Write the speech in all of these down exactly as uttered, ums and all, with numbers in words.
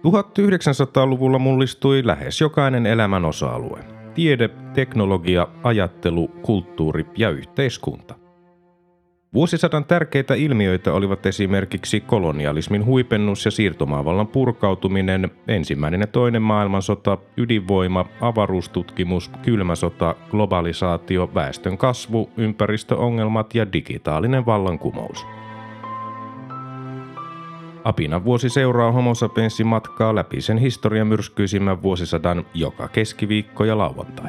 tuhatyhdeksänsataaluvulla mullistui lähes jokainen elämän osa-alue. Tiede, teknologia, ajattelu, kulttuuri ja yhteiskunta. Vuosisadan tärkeitä ilmiöitä olivat esimerkiksi kolonialismin huipennus ja siirtomaavallan purkautuminen, ensimmäinen ja toinen maailmansota, ydinvoima, avaruustutkimus, kylmä sota, globalisaatio, väestön kasvu, ympäristöongelmat ja digitaalinen vallankumous. Apinan vuosi seuraa Homo sapiensin matkaa läpi sen historian myrskyisimmän vuosisadan joka keskiviikko ja lauantai.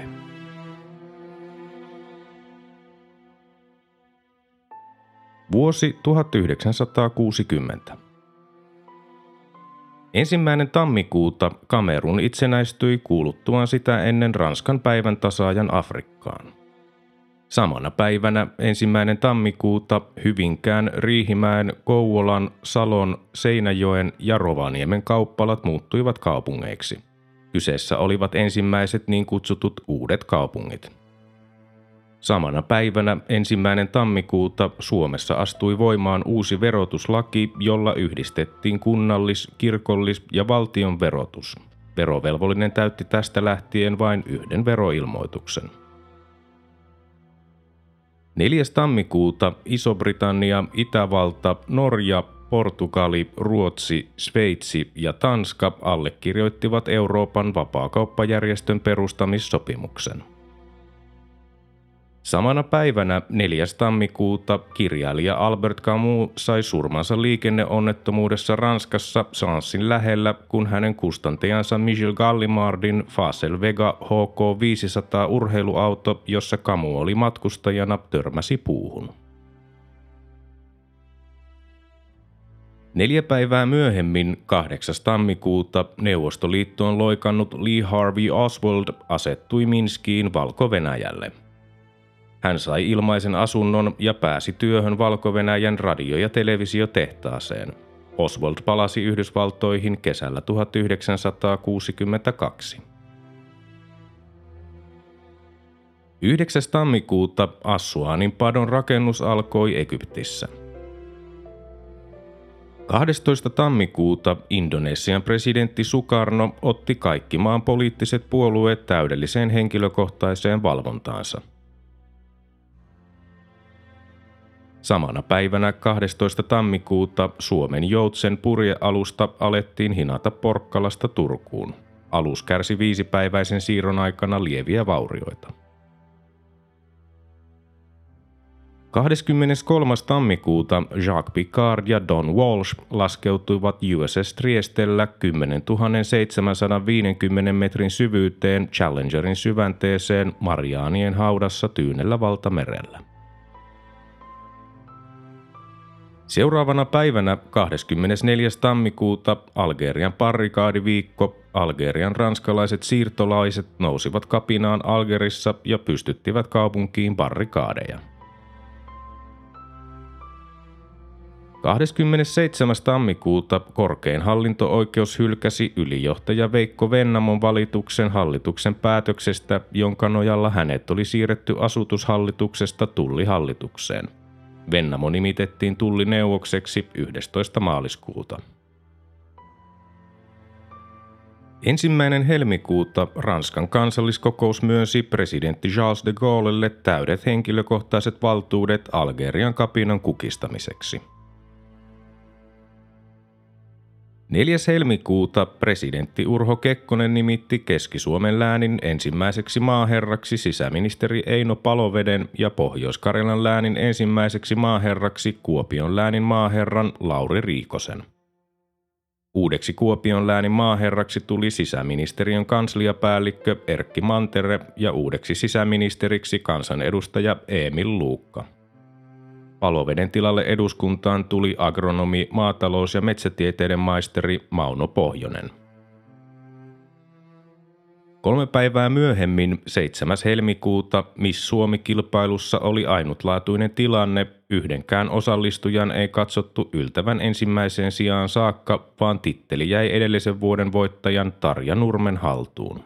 Vuosi tuhatyhdeksänsataakuusikymmentä. Ensimmäinen tammikuuta Kamerun itsenäistyi kuuluttuaan sitä ennen Ranskan päivän tasaajan Afrikkaan. Samana päivänä ensimmäinen tammikuuta Hyvinkään, Riihimäen, Kouvolan, Salon, Seinäjoen ja Rovaniemen kauppalat muuttuivat kaupungeiksi. Kyseessä olivat ensimmäiset niin kutsutut uudet kaupungit. Samana päivänä ensimmäinen tammikuuta Suomessa astui voimaan uusi verotuslaki, jolla yhdistettiin kunnallis-, kirkollis- ja valtion verotus. Verovelvollinen täytti tästä lähtien vain yhden veroilmoituksen. neljäs tammikuuta Iso-Britannia, Itävalta, Norja, Portugali, Ruotsi, Sveitsi ja Tanska allekirjoittivat Euroopan vapaakauppajärjestön perustamissopimuksen. Samana päivänä neljäs tammikuuta kirjailija Albert Camus sai surmansa liikenneonnettomuudessa Ranskassa Sansin lähellä, kun hänen kustantajansa Michel Gallimardin Facel Vega H K viisisataa urheiluauto, jossa Camus oli matkustajana, törmäsi puuhun. Neljä päivää myöhemmin, kahdeksas tammikuuta, Neuvostoliittoon loikannut Lee Harvey Oswald asettui Minskiin Valko-Venäjälle. Hän sai ilmaisen asunnon ja pääsi työhön Valko-Venäjän radio- ja televisiotehtaaseen. Oswald palasi Yhdysvaltoihin kesällä tuhatyhdeksänsataakuusikymmentäkaksi. yhdeksäs tammikuuta Assuanin padon rakennus alkoi Egyptissä. kahdestoista tammikuuta Indonesian presidentti Sukarno otti kaikki maan poliittiset puolueet täydelliseen henkilökohtaiseen valvontaansa. Samana päivänä kahdestoista tammikuuta Suomen Joutsen purjealusta alettiin hinata Porkkalasta Turkuun. Alus kärsi viisipäiväisen siirron aikana lieviä vaurioita. kahdeskymmeneskolmas tammikuuta Jacques Piccard ja Don Walsh laskeutuivat U S S Triestellä kymmenentuhatta seitsemänsataaviisikymmentä metrin syvyyteen Challengerin syvänteeseen Mariaanien haudassa Tyynellä valtamerellä. Seuraavana päivänä kahdeskymmenesneljäs tammikuuta Algerian barrikaadiviikko, Algerian ranskalaiset siirtolaiset nousivat kapinaan Algerissa ja pystyttivät kaupunkiin barrikaadeja. kahdeskymmenesseitsemäs tammikuuta korkein hallinto-oikeus hylkäsi ylijohtaja Veikko Vennamon valituksen hallituksen päätöksestä, jonka nojalla hänet oli siirretty asutushallituksesta tullihallitukseen. Vennamo nimitettiin tullineuvokseksi yhdestoista maaliskuuta. Ensimmäinen helmikuuta Ranskan kansalliskokous myönsi presidentti Charles de Gaulelle täydet henkilökohtaiset valtuudet Algerian kapinan kukistamiseksi. neljäs helmikuuta presidentti Urho Kekkonen nimitti Keski-Suomen läänin ensimmäiseksi maaherraksi sisäministeri Eino Paloveden ja Pohjois-Karjalan läänin ensimmäiseksi maaherraksi Kuopion läänin maaherran Lauri Riikosen. Uudeksi Kuopion läänin maaherraksi tuli sisäministeriön kansliapäällikkö Erkki Mantere ja uudeksi sisäministeriksi kansanedustaja Emil Luukka. Paloveden tilalle eduskuntaan tuli agronomi, maatalous- ja metsätieteiden maisteri Mauno Pohjonen. Kolme päivää myöhemmin, seitsemäs helmikuuta, Miss Suomi-kilpailussa oli ainutlaatuinen tilanne. Yhdenkään osallistujan ei katsottu yltävän ensimmäiseen sijaan saakka, vaan titteli jäi edellisen vuoden voittajan Tarja Nurmen haltuun.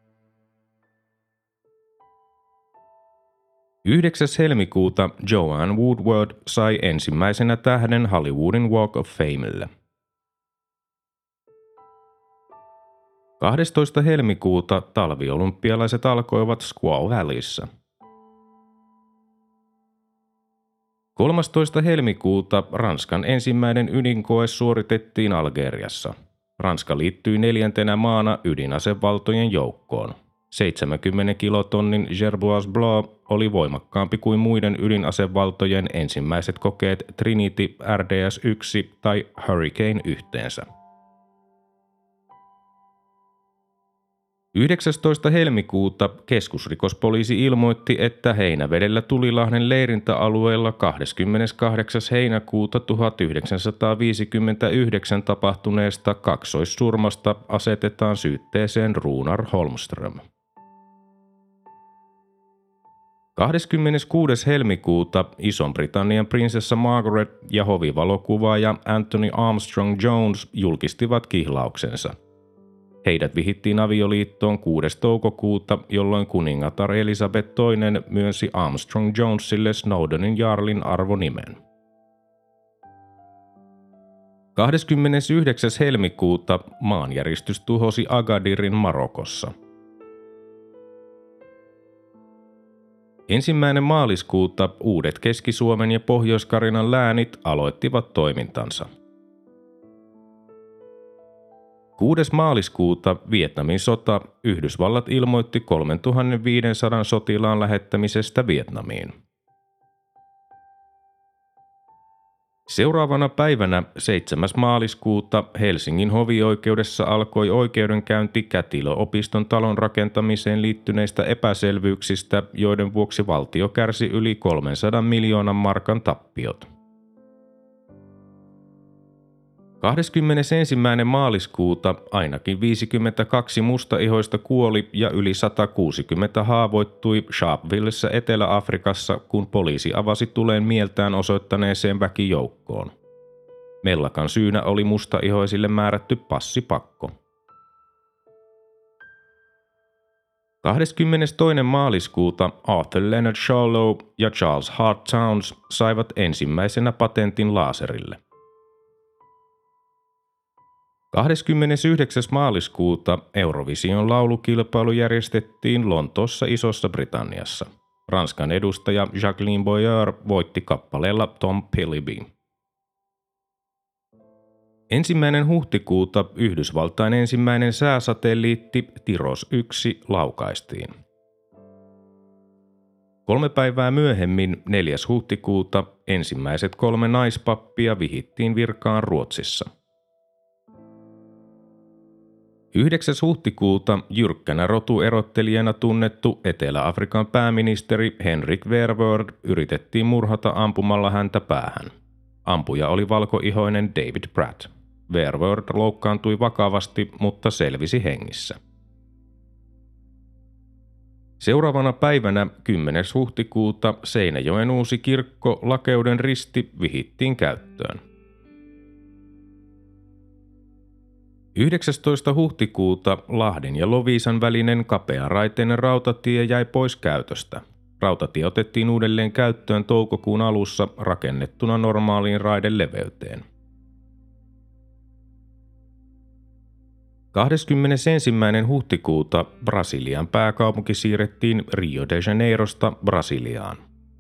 yhdeksäs helmikuuta Joanne Woodward sai ensimmäisenä tähden Hollywoodin Walk of Famelle. kahdestoista helmikuuta talviolympialaiset alkoivat Squaw Valleyssä. kolmastoista helmikuuta Ranskan ensimmäinen ydinkoe suoritettiin Algeriassa. Ranska liittyi neljäntenä maana ydinasevaltojen joukkoon. seitsemänkymmentä kilotonnin Gerboise Bleu oli voimakkaampi kuin muiden ydinasevaltojen ensimmäiset kokeet Trinity, R D S yksi tai Hurricane yhteensä. yhdeksästoista helmikuuta keskusrikospoliisi ilmoitti, että Heinävedellä Tulilahden leirintäalueella kahdeskymmeneskahdeksas heinäkuuta tuhatyhdeksänsataaviisikymmentäyhdeksän tapahtuneesta kaksoissurmasta asetetaan syytteeseen Runar Holmström. kahdeskymmeneskuudes helmikuuta Ison-Britannian prinsessa Margaret ja hovivalokuvaaja Anthony Armstrong Jones julkistivat kihlauksensa. Heidät vihittiin avioliittoon kuudes toukokuuta, jolloin kuningatar Elisabeth toinen myönsi Armstrong Jonesille Snowdonin jaarlin arvonimen. kahdeskymmenesyhdeksäs helmikuuta maanjäristys tuhosi Agadirin Marokossa. Ensimmäinen maaliskuuta uudet Keski-Suomen ja Pohjois-Karinan läänit aloittivat toimintansa. kuudes maaliskuuta Vietnamin sota Yhdysvallat ilmoitti kolmetuhattaviisisataa sotilaan lähettämisestä Vietnamiin. Seuraavana päivänä seitsemäs maaliskuuta Helsingin hovioikeudessa alkoi oikeudenkäynti Kätilöopiston talon rakentamiseen liittyneistä epäselvyyksistä, joiden vuoksi valtio kärsi yli kolmensadan miljoonan markan tappiot. kahdeskymmenesensimmäinen maaliskuuta ainakin viisikymmentäkaksi mustaihoista kuoli ja yli satakuusikymmentä haavoittui Sharpevillessä Etelä-Afrikassa, kun poliisi avasi tuleen mieltään osoittaneeseen väkijoukkoon. Mellakan syynä oli mustaihoisille määrätty passipakko. kahdeskymmenestoinen maaliskuuta Arthur Leonard Charlow ja Charles Hart Towns saivat ensimmäisenä patentin laaserille. kahdeskymmenesyhdeksäs maaliskuuta Eurovision laulukilpailu järjestettiin Lontoossa Isossa Britanniassa. Ranskan edustaja Jacqueline Boyer voitti kappaleella Tom Philby. Ensimmäinen huhtikuuta Yhdysvaltain ensimmäinen sääsatelliitti Tiros yksi laukaistiin. Kolme päivää myöhemmin, neljäs huhtikuuta, ensimmäiset kolme naispappia vihittiin virkaan Ruotsissa. yhdeksäs huhtikuuta jyrkkänä rotuerottelijana tunnettu Etelä-Afrikan pääministeri Henrik Verwoerd yritettiin murhata ampumalla häntä päähän. Ampuja oli valkoihoinen David Pratt. Verwoerd loukkaantui vakavasti, mutta selvisi hengissä. Seuraavana päivänä kymmenes huhtikuuta Seinäjoen uusi kirkko Lakeuden risti vihittiin käyttöön. yhdeksästoista huhtikuuta Lahden ja Loviisan välinen kapearaiteinen rautatie jäi pois käytöstä. Rautatie otettiin uudelleen käyttöön toukokuun alussa rakennettuna normaaliin raideleveyteen. kahdeskymmenesensimmäinen huhtikuuta Brasilian pääkaupunki siirrettiin Rio de Janeirosta Brasiliaan.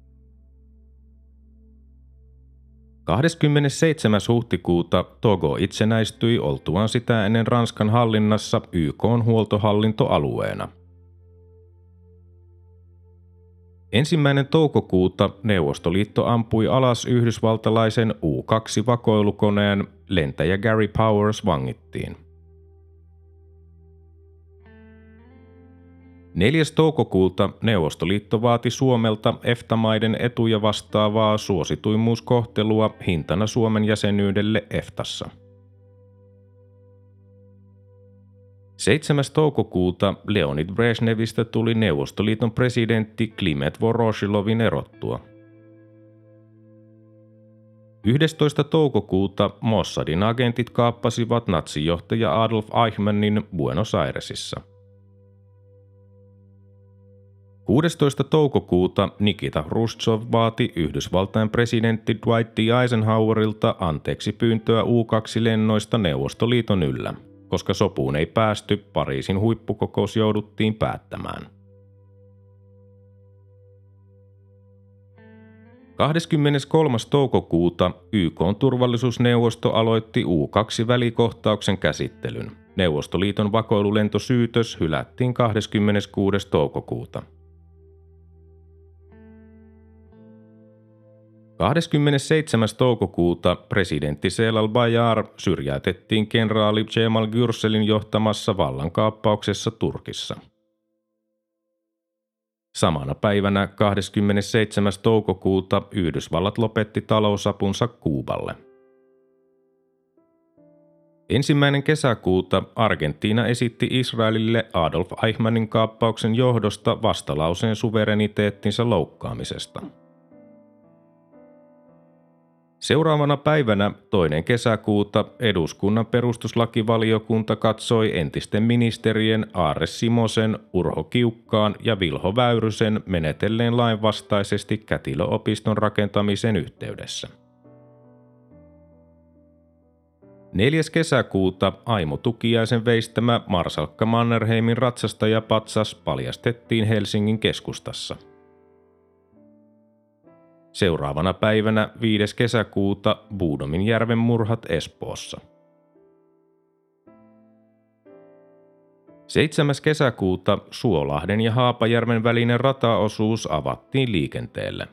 kahdeskymmenesseitsemäs huhtikuuta Togo itsenäistyi oltuaan sitä ennen Ranskan hallinnassa Y K:n huoltohallintoalueena. Ensimmäinen toukokuuta Neuvostoliitto ampui alas yhdysvaltalaisen U kaksi vakoilukoneen, lentäjä Gary Powers vangittiin. neljäs toukokuuta Neuvostoliitto vaati Suomelta EFTA-maiden etuja vastaavaa suosituimmuuskohtelua hintana Suomen jäsenyydelle EFTassa. seitsemäs toukokuuta Leonid Brezhnevistä tuli Neuvostoliiton presidentti Klimet Voroshilovin erottua. yhdestoista toukokuuta Mossadin agentit kaappasivat natsijohtaja Adolf Eichmannin Buenos Airesissa. kuudestoista toukokuuta Nikita Hruštšov vaati Yhdysvaltain presidentti Dwight D. Eisenhowerilta anteeksi pyyntöä U kaksi lennoista Neuvostoliiton yllä. koska sopuun ei päästy, Pariisin huippukokous jouduttiin päättämään. kahdeskymmeneskolmas toukokuuta Y K:n turvallisuusneuvosto aloitti U kaksi -välikohtauksen käsittelyn. Neuvostoliiton vakoilulentosyytös hylättiin kahdeskymmeneskuudes toukokuuta. kahdeskymmenesseitsemäs toukokuuta presidentti Celal Bayar syrjäytettiin kenraali Cemal Gürselin johtamassa vallankaappauksessa Turkissa. Samana päivänä kahdeskymmenesseitsemäs toukokuuta Yhdysvallat lopetti talousapunsa Kuuballe. Ensimmäinen kesäkuuta Argentiina esitti Israelille Adolf Eichmannin kaappauksen johdosta vastalauseen suvereniteettinsa loukkaamisesta. Seuraavana päivänä toinen kesäkuuta eduskunnan perustuslakivaliokunta katsoi entisten ministerien Aarre Simosen, Urho Kiukkaan ja Vilho Väyrysen menetelleen lainvastaisesti kätilöopiston rakentamisen yhteydessä. neljäs kesäkuuta Aimo Tukiaisen veistämä Marsalkka Mannerheimin ratsastajapatsas paljastettiin Helsingin keskustassa. Seuraavana päivänä viides kesäkuuta Buudominjärven murhat Espoossa. seitsemäs kesäkuuta Suolahden ja Haapajärven välinen rataosuus avattiin liikenteelle.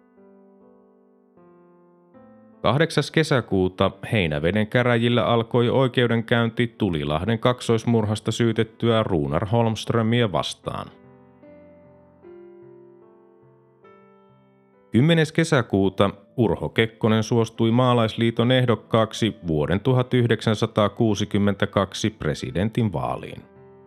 kahdeksas kesäkuuta Heinäveden käräjillä alkoi oikeudenkäynti Tulilahden kaksoismurhasta syytettyä Runar Holmströmiä vastaan. kymmenes kesäkuuta Urho Kekkonen suostui Maalaisliiton ehdokkaaksi vuoden tuhatyhdeksänsataakuusikymmentäkaksi presidentin vaaliin.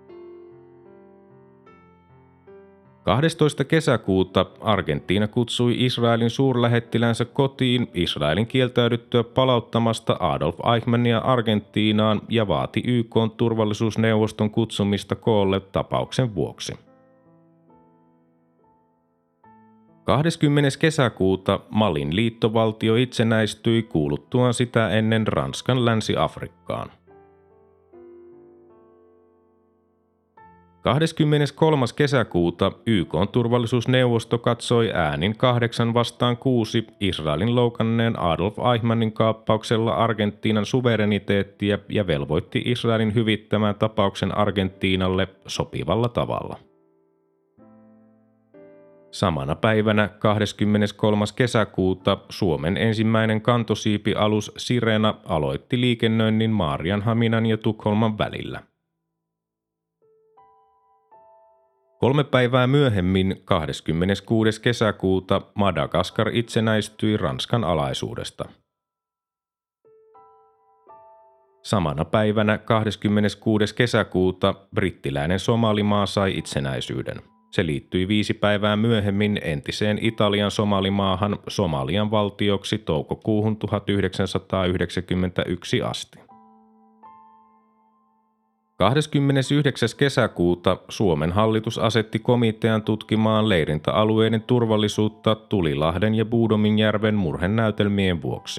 kahdestoista kesäkuuta Argentiina kutsui Israelin suurlähettiläänsä kotiin Israelin kieltäydyttyä palauttamasta Adolf Eichmannia Argentiinaan ja vaati Y K:n turvallisuusneuvoston kutsumista koolle tapauksen vuoksi. kahdeskymmenes kesäkuuta Malin liittovaltio itsenäistyi kuuluttuaan sitä ennen Ranskan Länsi-Afrikkaan. kahdeskymmeneskolmas kesäkuuta Y K:n turvallisuusneuvosto katsoi äänin kahdeksan vastaan kuusi Israelin loukanneen Adolf Eichmannin kaappauksella Argentiinan suvereniteettia ja velvoitti Israelin hyvittämään tapauksen Argentiinalle sopivalla tavalla. Samana päivänä kahdeskymmeneskolmas kesäkuuta Suomen ensimmäinen kantosiipialus Sirena aloitti liikennöinnin Maarianhaminan ja Tukholman välillä. Kolme päivää myöhemmin, kahdeskymmeneskuudes kesäkuuta, Madagaskar itsenäistyi Ranskan alaisuudesta. Samana päivänä, kahdeskymmeneskuudes kesäkuuta, brittiläinen Somalimaa sai itsenäisyyden. Se liittyi viisi päivää myöhemmin entiseen Italian Somalimaahan Somalian valtioksi toukokuuhun tuhatyhdeksänsataayhdeksänkymmentäyksi asti. kahdeskymmenesyhdeksäs kesäkuuta Suomen hallitus asetti komitean tutkimaan leirintäalueiden turvallisuutta Tulilahden ja Buudominjärven murhenäytelmien vuoksi.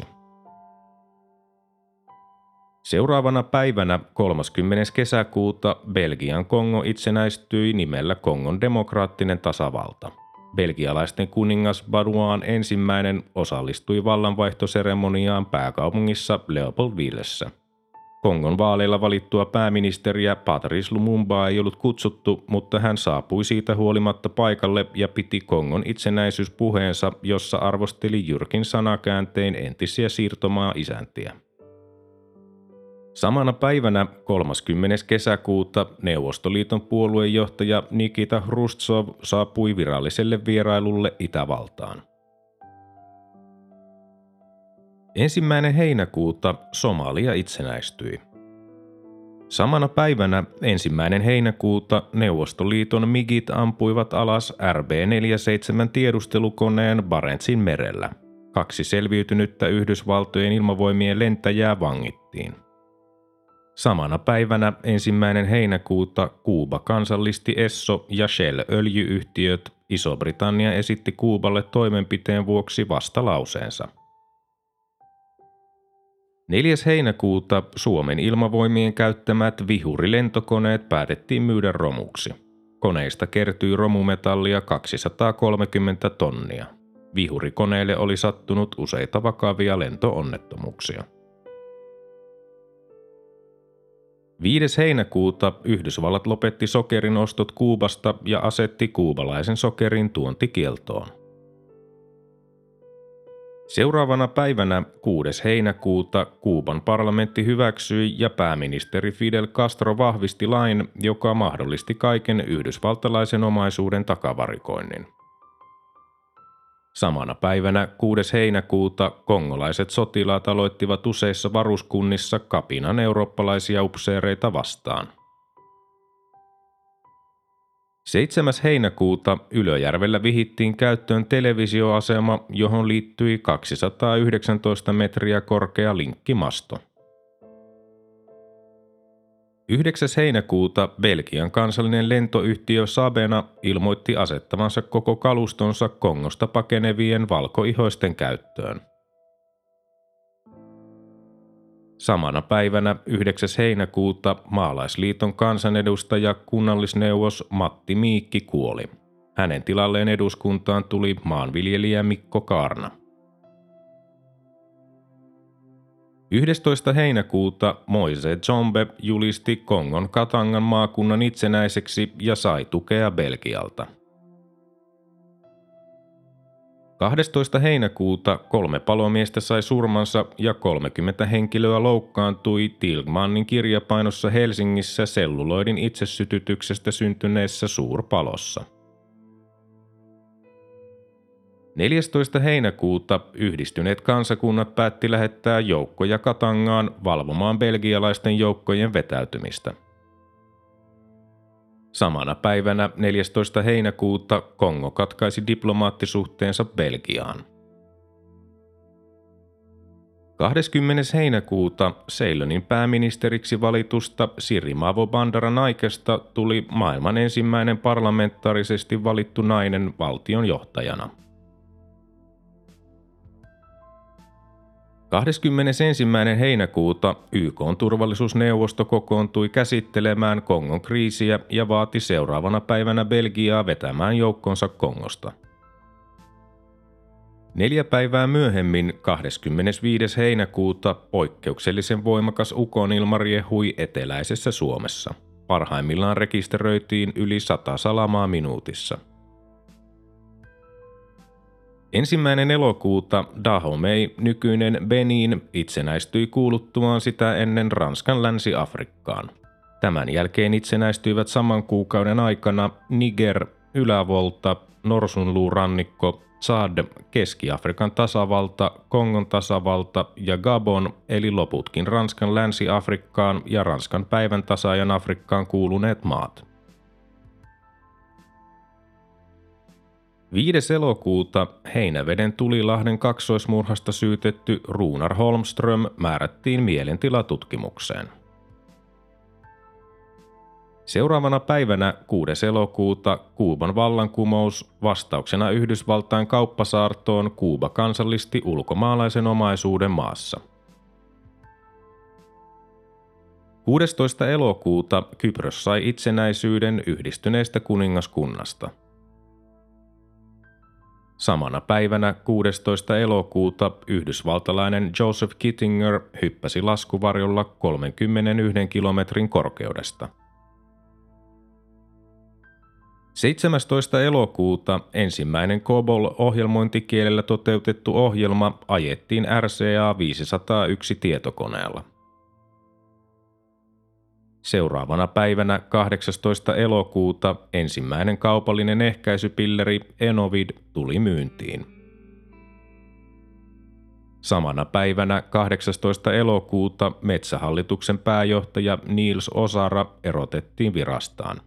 Seuraavana päivänä kolmaskymmenes kesäkuuta Belgian Kongo itsenäistyi nimellä Kongon demokraattinen tasavalta. Belgialaisten kuningas Baudouin ensimmäinen osallistui vallanvaihtoseremoniaan pääkaupungissa Leopoldvillessä. Kongon vaaleilla valittua pääministeriä Patrice Lumumbaa ei ollut kutsuttu, mutta hän saapui siitä huolimatta paikalle ja piti Kongon itsenäisyyspuheensa, jossa arvosteli jyrkin sanakääntein entisiä siirtomaa-isäntiä. Samana päivänä kolmaskymmenes kesäkuuta Neuvostoliiton puoluejohtaja Nikita Hrustsov saapui viralliselle vierailulle Itävaltaan. Ensimmäinen heinäkuuta Somalia itsenäistyi. Samana päivänä ensimmäinen heinäkuuta Neuvostoliiton migit ampuivat alas R B neljäkymmentäseitsemän tiedustelukoneen Barentsin merellä. Kaksi selviytynyttä Yhdysvaltojen ilmavoimien lentäjää vangittiin. Samana päivänä ensimmäinen heinäkuuta Kuuba kansallisti Esso ja Shell-öljy-yhtiöt. Iso-Britannia esitti Kuuballe toimenpiteen vuoksi vastalauseensa. neljäs heinäkuuta Suomen ilmavoimien käyttämät vihurilentokoneet päätettiin myydä romuksi. Koneista kertyi romumetallia kaksisataakolmekymmentä tonnia. Vihurikoneille oli sattunut useita vakavia lento-onnettomuuksia. viides heinäkuuta Yhdysvallat lopetti sokerin ostot Kuubasta ja asetti kuubalaisen sokerin tuontikieltoon. Seuraavana päivänä kuudes heinäkuuta Kuuban parlamentti hyväksyi ja pääministeri Fidel Castro vahvisti lain, joka mahdollisti kaiken yhdysvaltalaisen omaisuuden takavarikoinnin. Samana päivänä kuudes heinäkuuta kongolaiset sotilaat aloittivat useissa varuskunnissa kapinan eurooppalaisia upseereita vastaan. seitsemäs heinäkuuta Ylöjärvellä vihittiin käyttöön televisioasema, johon liittyi kaksisataayhdeksäntoista metriä korkea linkkimasto. yhdeksäs heinäkuuta Belgian kansallinen lentoyhtiö Sabena ilmoitti asettavansa koko kalustonsa Kongosta pakenevien valkoihoisten käyttöön. Samana päivänä yhdeksäs heinäkuuta Maalaisliiton kansanedustaja kunnallisneuvos Matti Miikki kuoli. Hänen tilalleen eduskuntaan tuli maanviljelijä Mikko Kaarna. yhdestoista heinäkuuta Moise Tshombe julisti Kongon Katangan maakunnan itsenäiseksi ja sai tukea Belgialta. kahdestoista heinäkuuta kolme palomiestä sai surmansa ja kolmekymmentä henkilöä loukkaantui Tilgmannin kirjapainossa Helsingissä selluloidin itsesytytyksestä syntyneessä suurpalossa. neljästoista heinäkuuta Yhdistyneet kansakunnat päätti lähettää joukkoja Katangaan valvomaan belgialaisten joukkojen vetäytymistä. Samana päivänä neljästoista heinäkuuta Kongo katkaisi diplomaattisuhteensa Belgiaan. kahdeskymmenes heinäkuuta Ceylonin pääministeriksi valitusta Sirimavo Bandaranaikesta tuli maailman ensimmäinen parlamentaarisesti valittu nainen valtionjohtajana. kahdeskymmenesensimmäinen heinäkuuta Y K:n turvallisuusneuvosto kokoontui käsittelemään Kongon kriisiä ja vaati seuraavana päivänä Belgiaa vetämään joukkonsa Kongosta. Neljä päivää myöhemmin, kahdeskymmenesviides heinäkuuta, poikkeuksellisen voimakas ukonilma riehui eteläisessä Suomessa. Parhaimmillaan rekisteröitiin yli sata salamaa minuutissa. Ensimmäinen elokuuta Dahomey, nykyinen Benin, itsenäistyi kuuluttuaan sitä ennen Ranskan Länsi-Afrikkaan. Tämän jälkeen itsenäistyivät saman kuukauden aikana Niger, Ylävolta, Norsunluurannikko, Tsad, Keski-Afrikan tasavalta, Kongon tasavalta ja Gabon, eli loputkin Ranskan Länsi-Afrikkaan ja Ranskan päivän tasaajan Afrikkaan kuuluneet maat. viides elokuuta Heinäveden Tulilahden kaksoismurhasta syytetty Runar Holmström määrättiin mielentilatutkimukseen. Seuraavana päivänä kuudes elokuuta Kuuban vallankumous vastauksena Yhdysvaltain kauppasaartoon Kuuba kansallisti ulkomaalaisen omaisuuden maassa. kuudestoista elokuuta Kypros sai itsenäisyyden yhdistyneestä kuningaskunnasta. Samana päivänä kuudestoista elokuuta yhdysvaltalainen Joseph Kittinger hyppäsi laskuvarjolla kolmekymmentäyksi kilometrin korkeudesta. seitsemästoista elokuuta ensimmäinen COBOL-ohjelmointikielellä toteutettu ohjelma ajettiin R C A viisisataayksi tietokoneella. Seuraavana päivänä kahdeksastoista elokuuta ensimmäinen kaupallinen ehkäisypilleri Enovid tuli myyntiin. Samana päivänä kahdeksastoista elokuuta Metsähallituksen pääjohtaja Niels Osara erotettiin virastaan.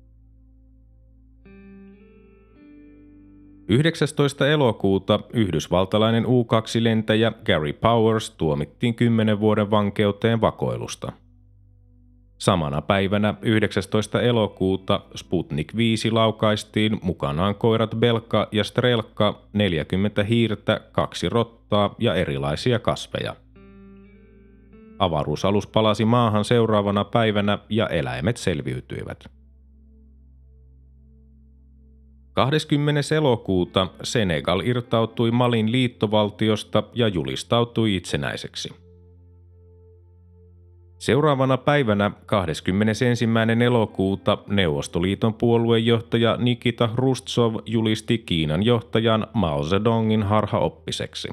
yhdeksästoista elokuuta yhdysvaltalainen U kaksi -lentäjä Gary Powers tuomittiin kymmenen vuoden vankeuteen vakoilusta. Samana päivänä yhdeksästoista elokuuta Sputnik viisi laukaistiin mukanaan koirat Belka ja Strelka, neljäkymmentä hiirtä, kaksi rottaa ja erilaisia kasveja. Avaruusalus palasi maahan seuraavana päivänä ja eläimet selviytyivät. kahdeskymmenes elokuuta Senegal irtautui Malin liittovaltiosta ja julistautui itsenäiseksi. Seuraavana päivänä kahdeskymmenesensimmäinen elokuuta Neuvostoliiton puoluejohtaja Nikita Hrustsov julisti Kiinan johtajan Mao Zedongin harhaoppiseksi.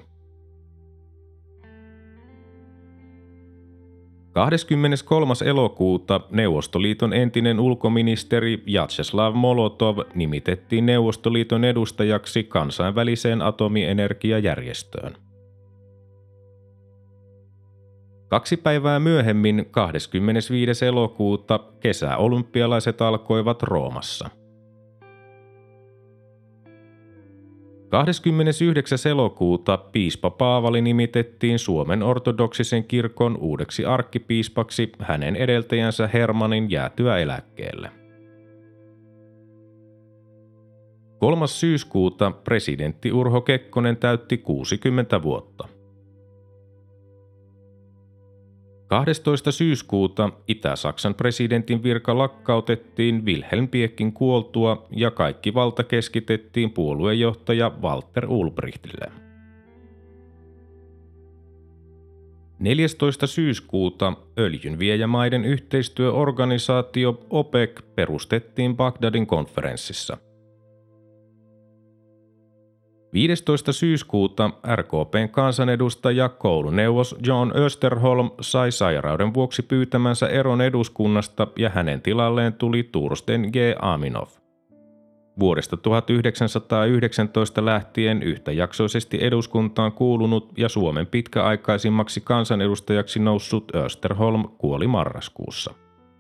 kahdeskymmeneskolmas elokuuta Neuvostoliiton entinen ulkoministeri Vjatsjeslav Molotov nimitettiin Neuvostoliiton edustajaksi kansainväliseen atomienergiajärjestöön. Kaksi päivää myöhemmin, kahdeskymmenesviides elokuuta, kesäolympialaiset alkoivat Roomassa. kahdeskymmenesyhdeksäs elokuuta piispa Paavali nimitettiin Suomen ortodoksisen kirkon uudeksi arkkipiispaksi hänen edeltäjänsä Hermannin jäätyä eläkkeelle. kolmas syyskuuta presidentti Urho Kekkonen täytti kuusikymmentä vuotta. kahdestoista syyskuuta Itä-Saksan presidentin virka lakkautettiin Wilhelm Piekin kuoltua ja kaikki valta keskitettiin puoluejohtaja Walter Ulbrichtille. neljästoista syyskuuta öljynviejämaiden yhteistyöorganisaatio OPEC perustettiin Bagdadin konferenssissa. viidestoista syyskuuta R K P:n kansanedustaja kouluneuvos John Österholm sai sairauden vuoksi pyytämänsä eron eduskunnasta ja hänen tilalleen tuli Tursten G. Aminov. Vuodesta tuhatyhdeksänsataayhdeksäntoista lähtien yhtäjaksoisesti eduskuntaan kuulunut ja Suomen pitkäaikaisimmaksi kansanedustajaksi noussut Österholm kuoli marraskuussa.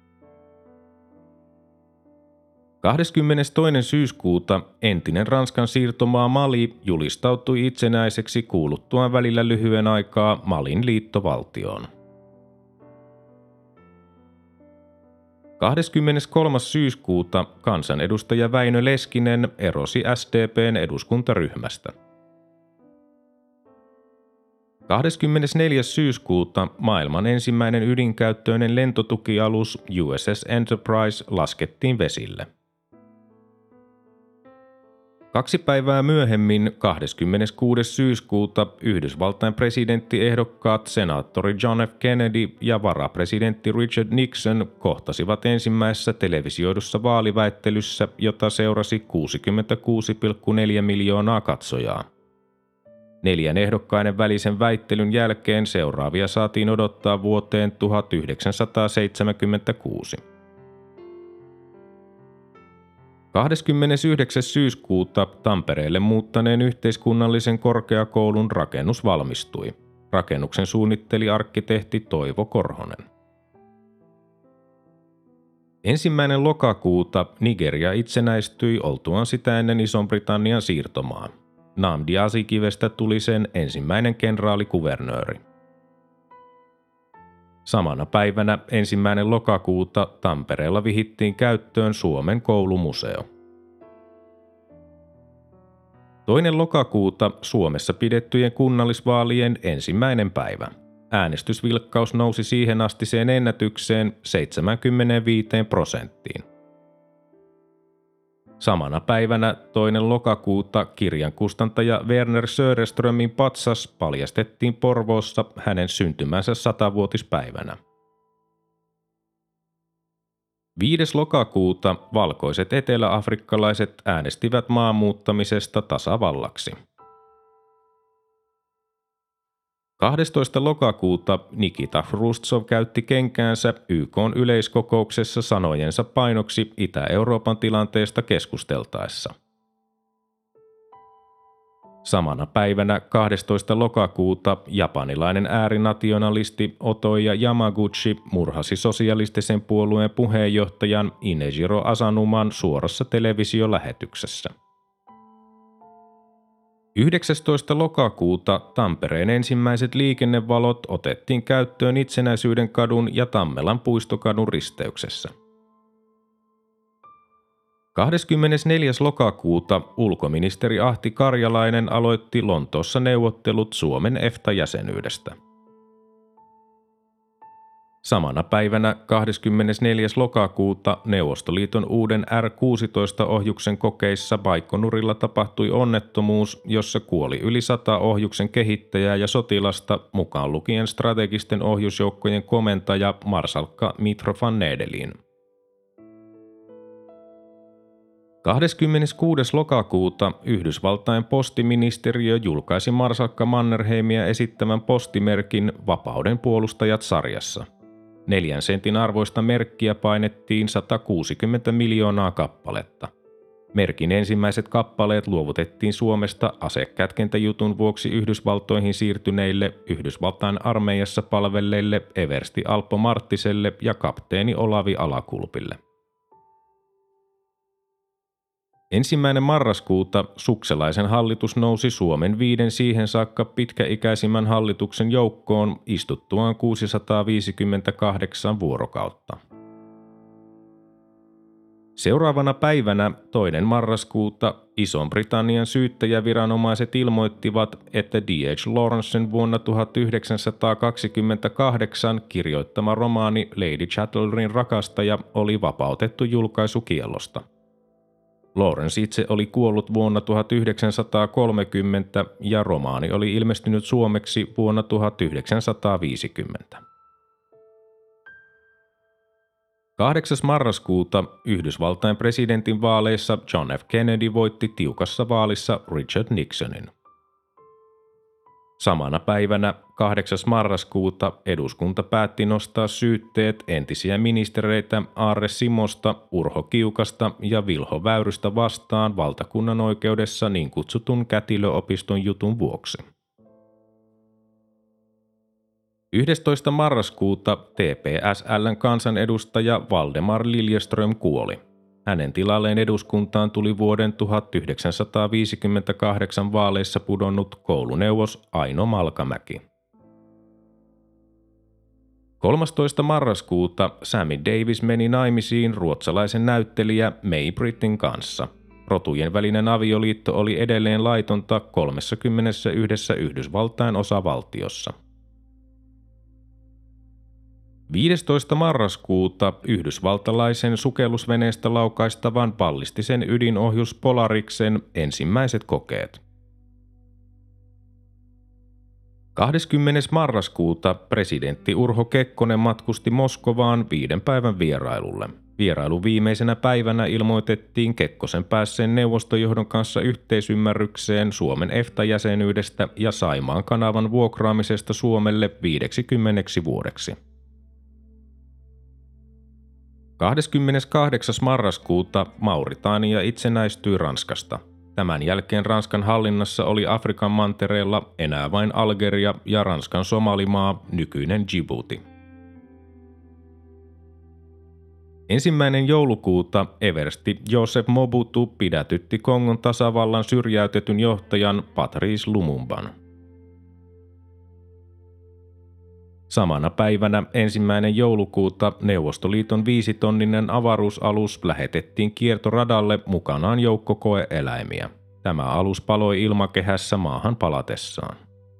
kahdeskymmenestoinen syyskuuta entinen Ranskan siirtomaa Mali julistautui itsenäiseksi kuuluttuaan välillä lyhyen aikaa Malin liittovaltioon. kahdeskymmeneskolmas syyskuuta kansanedustaja Väinö Leskinen erosi S D P:n eduskuntaryhmästä. kahdeskymmenesneljäs syyskuuta maailman ensimmäinen ydinkäyttöinen lentotukialus U S S Enterprise laskettiin vesille. Kaksi päivää myöhemmin, kahdeskymmeneskuudes syyskuuta, Yhdysvaltain presidenttiehdokkaat senaattori John F. Kennedy ja varapresidentti Richard Nixon kohtasivat ensimmäisessä televisioidussa vaaliväittelyssä, jota seurasi kuusikymmentäkuusi pilkku neljä miljoonaa katsojaa. Neljän ehdokkaiden välisen väittelyn jälkeen seuraavia saatiin odottaa vuoteen tuhatyhdeksänsataaseitsemänkymmentäkuusi. kahdeskymmenesyhdeksäs syyskuuta Tampereelle muuttaneen yhteiskunnallisen korkeakoulun rakennus valmistui. Rakennuksen suunnitteli arkkitehti Toivo Korhonen. Ensimmäinen lokakuuta Nigeria itsenäistyi oltuaan sitä ennen Ison-Britannian siirtomaa. Nnamdi Azikiwestä tuli sen ensimmäinen kenraalikuvernööri. Samana päivänä ensimmäinen lokakuuta Tampereella vihittiin käyttöön Suomen koulumuseo. Toinen lokakuuta Suomessa pidettyjen kunnallisvaalien ensimmäinen päivä. Äänestysvilkkaus nousi siihen astiseen ennätykseen seitsemänkymmentäviisi prosenttiin. Samana päivänä toinen lokakuuta kirjankustantaja Werner Söderströmin patsas paljastettiin Porvoossa hänen syntymänsä satavuotispäivänä. viides lokakuuta valkoiset eteläafrikkalaiset äänestivät maan muuttamisesta tasavallaksi. kahdestoista lokakuuta Nikita Hrustsov käytti kenkäänsä Y K:n yleiskokouksessa sanojensa painoksi Itä-Euroopan tilanteesta keskusteltaessa. Samana päivänä kahdestoista lokakuuta japanilainen äärinationalisti Otoya Yamaguchi murhasi sosialistisen puolueen puheenjohtajan Inejiro Asanuman suorassa televisiolähetyksessä. yhdeksästoista lokakuuta Tampereen ensimmäiset liikennevalot otettiin käyttöön Itsenäisyyden kadun ja Tammelan puistokadun risteyksessä. kahdeskymmenesneljäs lokakuuta ulkoministeri Ahti Karjalainen aloitti Lontoossa neuvottelut Suomen E F T A-jäsenyydestä. Samana päivänä kahdeskymmenesneljäs lokakuuta Neuvostoliiton uuden R kuusitoista-ohjuksen kokeissa Baikonurilla tapahtui onnettomuus, jossa kuoli yli sata ohjuksen kehittäjää ja sotilasta, mukaan lukien strategisten ohjusjoukkojen komentaja marsalkka Mitro van Nedelin. kahdeskymmeneskuudes lokakuuta Yhdysvaltain postiministeriö julkaisi marsalkka Mannerheimia esittävän postimerkin Vapauden puolustajat -sarjassa. Neljän sentin arvoista merkkiä painettiin sata kuusikymmentä miljoonaa kappaletta. Merkin ensimmäiset kappaleet luovutettiin Suomesta asekätkentäjutun vuoksi Yhdysvaltoihin siirtyneille Yhdysvaltain armeijassa palvelleille eversti Alpo Marttiselle ja kapteeni Olavi Alakulpille. Ensimmäinen marraskuuta sukselaisen hallitus nousi Suomen viiden siihen saakka pitkäikäisimmän hallituksen joukkoon istuttuaan kuusisataaviisikymmentäkahdeksan vuorokautta. Seuraavana päivänä toinen marraskuuta Ison-Britannian syyttäjäviranomaiset ilmoittivat, että D H Lawrencen vuonna tuhatyhdeksänsataakaksikymmentäkahdeksan kirjoittama romaani Lady Chatterleyn rakastaja oli vapautettu julkaisukiellosta. Lawrence itse oli kuollut vuonna tuhatyhdeksänsataakolmekymmentä ja romaani oli ilmestynyt suomeksi vuonna tuhatyhdeksänsataaviisikymmentä. kahdeksas marraskuuta Yhdysvaltain presidentin vaaleissa John F. Kennedy voitti tiukassa vaalissa Richard Nixonin. Samana päivänä kahdeksas marraskuuta eduskunta päätti nostaa syytteet entisiä ministereitä Aarre Simosta, Urho Kiukasta ja Vilho Väyrystä vastaan valtakunnan oikeudessa niin kutsutun kätilöopiston jutun vuoksi. yhdestoista marraskuuta T P S L:n kansanedustaja Valdemar Liljeström kuoli. Hänen tilalleen eduskuntaan tuli vuoden tuhatyhdeksänsataaviisikymmentäkahdeksan vaaleissa pudonnut kouluneuvos Aino Malkamäki. kolmastoista marraskuuta Sammy Davis meni naimisiin ruotsalaisen näyttelijä May Brittin kanssa. Rotujen välinen avioliitto oli edelleen laitonta kolmessakymmenessäyhdessä Yhdysvaltain osavaltiossa. viidestoista marraskuuta yhdysvaltalaisen sukellusveneestä laukaistavan ballistisen ydinohjus Polariksen ensimmäiset kokeet. kahdeskymmenes marraskuuta presidentti Urho Kekkonen matkusti Moskovaan viiden päivän vierailulle. Vierailun viimeisenä päivänä ilmoitettiin Kekkosen päässeen neuvostojohdon kanssa yhteisymmärrykseen Suomen E F T A-jäsenyydestä ja Saimaan kanavan vuokraamisesta Suomelle viideksikymmeneksi vuodeksi. kahdeskymmeneskahdeksas marraskuuta Mauritania itsenäistyi Ranskasta. Tämän jälkeen Ranskan hallinnassa oli Afrikan mantereella enää vain Algeria ja Ranskan Somalimaa, nykyinen Djibouti. Ensimmäinen joulukuuta eversti Joseph Mobutu pidätytti Kongon tasavallan syrjäytetyn johtajan Patrice Lumumban. Samana päivänä ensimmäinen joulukuuta Neuvostoliiton viisitonninen avaruusalus lähetettiin kiertoradalle mukanaan joukko koe-eläimiä. Tämä alus paloi ilmakehässä maahan palatessaan.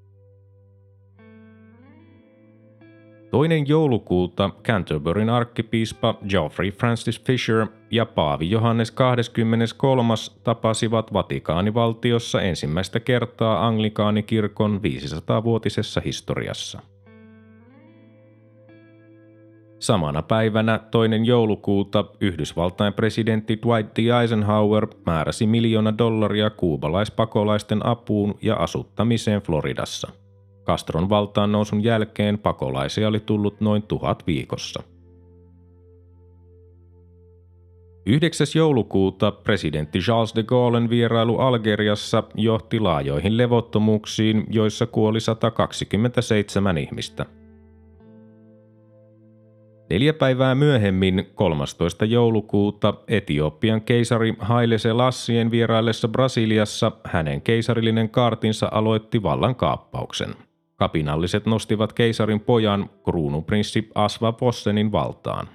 Toinen joulukuuta Canterburyn arkkipiispa Geoffrey Francis Fisher ja paavi Johannes kaksikymmentäkolmas tapasivat Vatikaanivaltiossa ensimmäistä kertaa anglikaanikirkon viisisataavuotisessa historiassa. Samana päivänä toinen joulukuuta Yhdysvaltain presidentti Dwight D. Eisenhower määräsi miljoona dollaria kuubalaispakolaisten apuun ja asuttamiseen Floridassa. Castron valtaan nousun jälkeen pakolaisia oli tullut noin tuhat viikossa. yhdeksäs joulukuuta presidentti Charles de Gaullen vierailu Algeriassa johti laajoihin levottomuuksiin, joissa kuoli sata kaksikymmentäseitsemän ihmistä. Neljä päivää myöhemmin, kolmastoista joulukuuta, Etiopian keisari Haile Selassien vieraillessa Brasiliassa hänen keisarillinen kaartinsa aloitti vallankaappauksen. Kapinalliset nostivat keisarin pojan, kruununprinssi Aswa Possenin valtaan.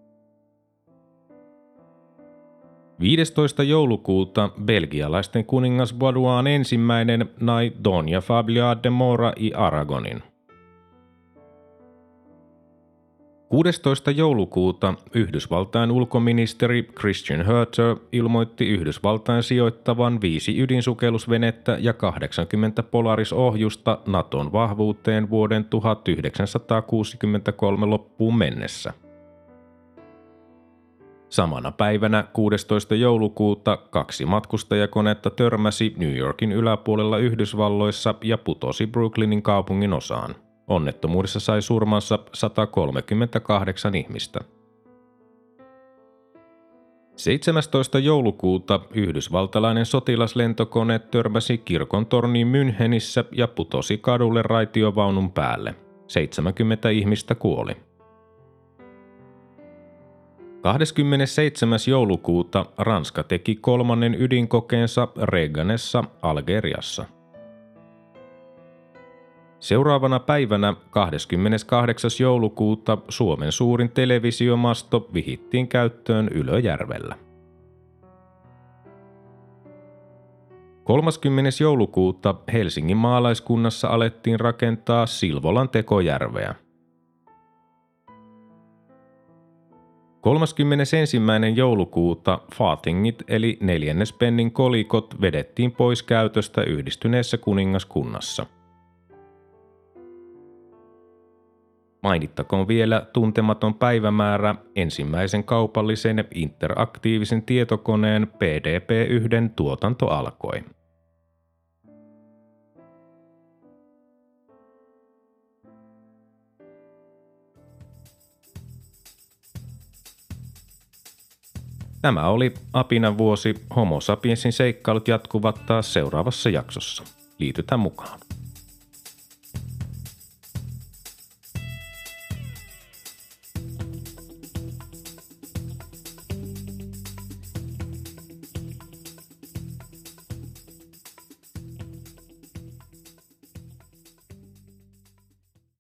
viidestoista joulukuuta belgialaisten kuningas Baudouin ensimmäinen nai Doña Fabiola de Mora y Aragonin. kuudestoista joulukuuta Yhdysvaltain ulkoministeri Christian Herter ilmoitti Yhdysvaltain sijoittavan viisi ydinsukellusvenettä ja kahdeksankymmentä Polaris-ohjusta Naton vahvuuteen vuoden tuhatyhdeksänsataakuusikymmentäkolme loppuun mennessä. Samana päivänä kuudestoista joulukuuta kaksi matkustajakonetta törmäsi New Yorkin yläpuolella Yhdysvalloissa ja putosi Brooklynin kaupungin osaan. Onnettomuudessa sai surmansa sata kolmekymmentäkahdeksan ihmistä. seitsemästoista joulukuuta yhdysvaltalainen sotilaslentokone törmäsi kirkon torniin Münchenissä ja putosi kadulle raitiovaunun päälle. seitsemänkymmentä ihmistä kuoli. kahdeskymmenesseitsemäs joulukuuta Ranska teki kolmannen ydinkokeensa Reganessa, Algeriassa. Seuraavana päivänä kahdeskymmeneskahdeksas joulukuuta Suomen suurin televisiomasto vihittiin käyttöön Ylöjärvellä. kolmaskymmenes joulukuuta Helsingin maalaiskunnassa alettiin rakentaa Silvolan tekojärveä. kolmaskymmenesensimmäinen joulukuuta Fathingit eli neljännespennin kolikot vedettiin pois käytöstä Yhdistyneessä kuningaskunnassa. Mainittakoon vielä tuntematon päivämäärä ensimmäisen kaupallisen interaktiivisen tietokoneen P D P yksi tuotanto alkoi. Tämä oli Apinan vuosi. Homo sapiensin seikkailut jatkuvat taas seuraavassa jaksossa. Liitytään mukaan.